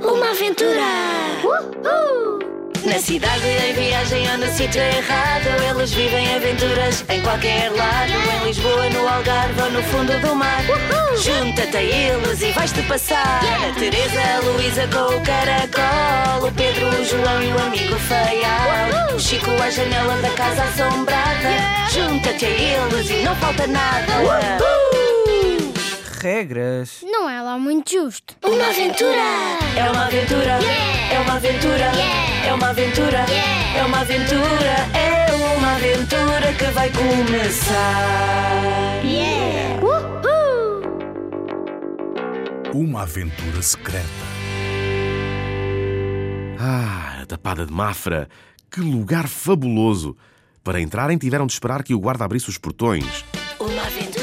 Uma aventura! Na cidade, em viagem ou no sítio errado, eles vivem aventuras em qualquer lado. Em Lisboa, no Algarve ou no fundo do mar. Junta-te a eles e vais-te passar. A Teresa, a Luísa com o caracol, o Pedro, o João e o amigo Feial, o Chico à janela da casa assombrada. Junta-te a eles e não falta nada. Regras. Não é lá muito justo. Uma aventura! É uma aventura! É uma aventura! É uma aventura! É uma aventura! É uma aventura que vai começar! Uma aventura secreta. A Tapada de Mafra! Que lugar fabuloso! Para entrarem tiveram de esperar que o guarda abrisse os portões. Uma aventura!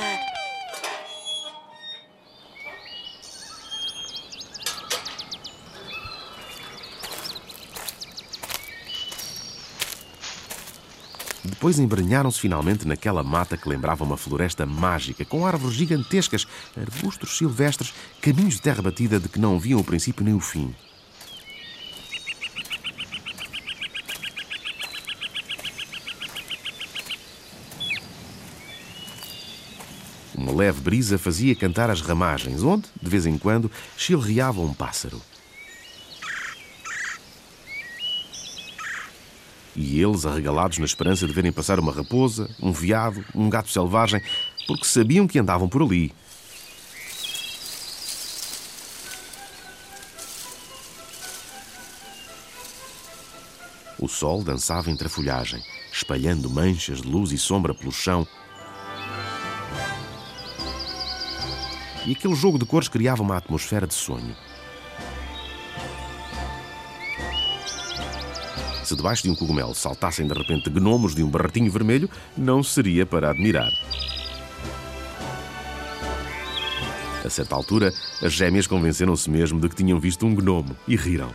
Depois embrenharam-se finalmente naquela mata que lembrava uma floresta mágica, com árvores gigantescas, arbustos silvestres, caminhos de terra batida de que não viam o princípio nem o fim. Uma leve brisa fazia cantar as ramagens, onde, de vez em quando, chilreava um pássaro. E eles, arregalados na esperança de verem passar uma raposa, um veado, um gato selvagem, porque sabiam que andavam por ali. O sol dançava entre a folhagem, espalhando manchas de luz e sombra pelo chão. E aquele jogo de cores criava uma atmosfera de sonho. Se debaixo de um cogumelo saltassem de repente gnomos de um barretinho vermelho, não seria para admirar. A certa altura, as gêmeas convenceram-se mesmo de que tinham visto um gnomo e riram.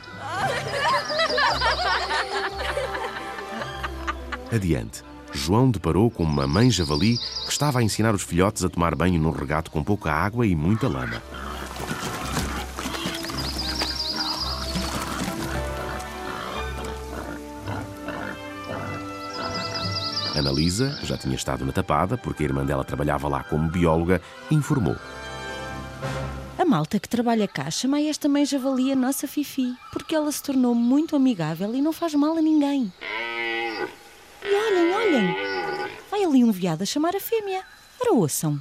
Adiante, João deparou com uma mãe javali que estava a ensinar os filhotes a tomar banho num regato com pouca água e muita lama. Analisa, que já tinha estado na Tapada, porque a irmã dela trabalhava lá como bióloga, informou. A malta que trabalha cá chama esta mãe javali a nossa Fifi, porque ela se tornou muito amigável e não faz mal a ninguém. E olhem, vai ali um veado a chamar a fêmea. Ora, ouçam.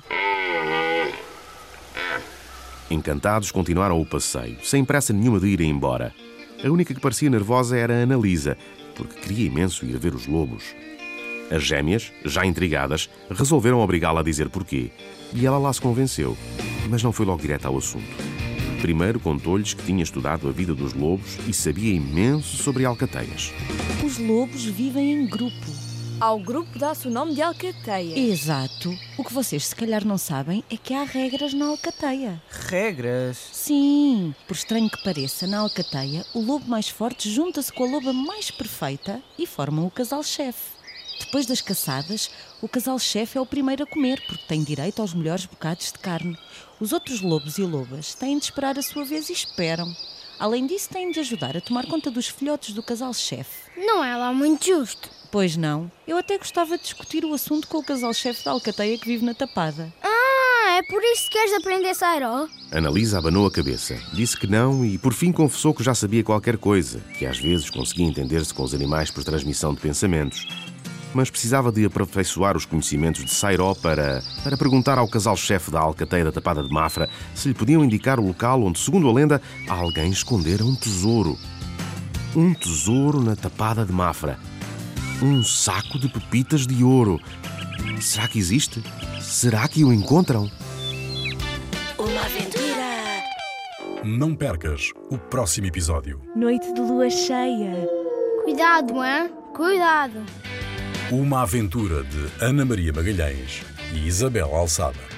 Encantados, continuaram o passeio, sem pressa nenhuma de irem embora. A única que parecia nervosa era a Analisa, porque queria imenso ir ver os lobos. As gêmeas, já intrigadas, resolveram obrigá-la a dizer porquê. E ela lá se convenceu, mas não foi logo direto ao assunto. Primeiro contou-lhes que tinha estudado a vida dos lobos e sabia imenso sobre alcateias. Os lobos vivem em grupo. Ao grupo dá-se o nome de alcateia. Exato. O que vocês se calhar não sabem é que há regras na alcateia. Regras? Sim, por estranho que pareça, na alcateia, o lobo mais forte junta-se com a loba mais perfeita e formam o casal-chefe. Depois das caçadas, o casal-chefe é o primeiro a comer, porque tem direito aos melhores bocados de carne. Os outros lobos e lobas têm de esperar a sua vez e esperam. Além disso, têm de ajudar a tomar conta dos filhotes do casal-chefe. Não é lá muito justo. Pois não. Eu até gostava de discutir o assunto com o casal-chefe da alcateia que vive na Tapada. É por isso que queres aprender Sairó? Analisa abanou a cabeça, disse que não e por fim confessou que já sabia qualquer coisa, que às vezes conseguia entender-se com os animais por transmissão de pensamentos. Mas precisava de aperfeiçoar os conhecimentos de Sairó para perguntar ao casal-chefe da alcateia da Tapada de Mafra se lhe podiam indicar o local onde, segundo a lenda, alguém escondera um tesouro. Um tesouro na Tapada de Mafra. Um saco de pepitas de ouro. Será que existe? Será que o encontram? Uma aventura! Não percas o próximo episódio. Noite de lua cheia. Cuidado, hein? Cuidado. Uma aventura de Ana Maria Magalhães e Isabel Alçada.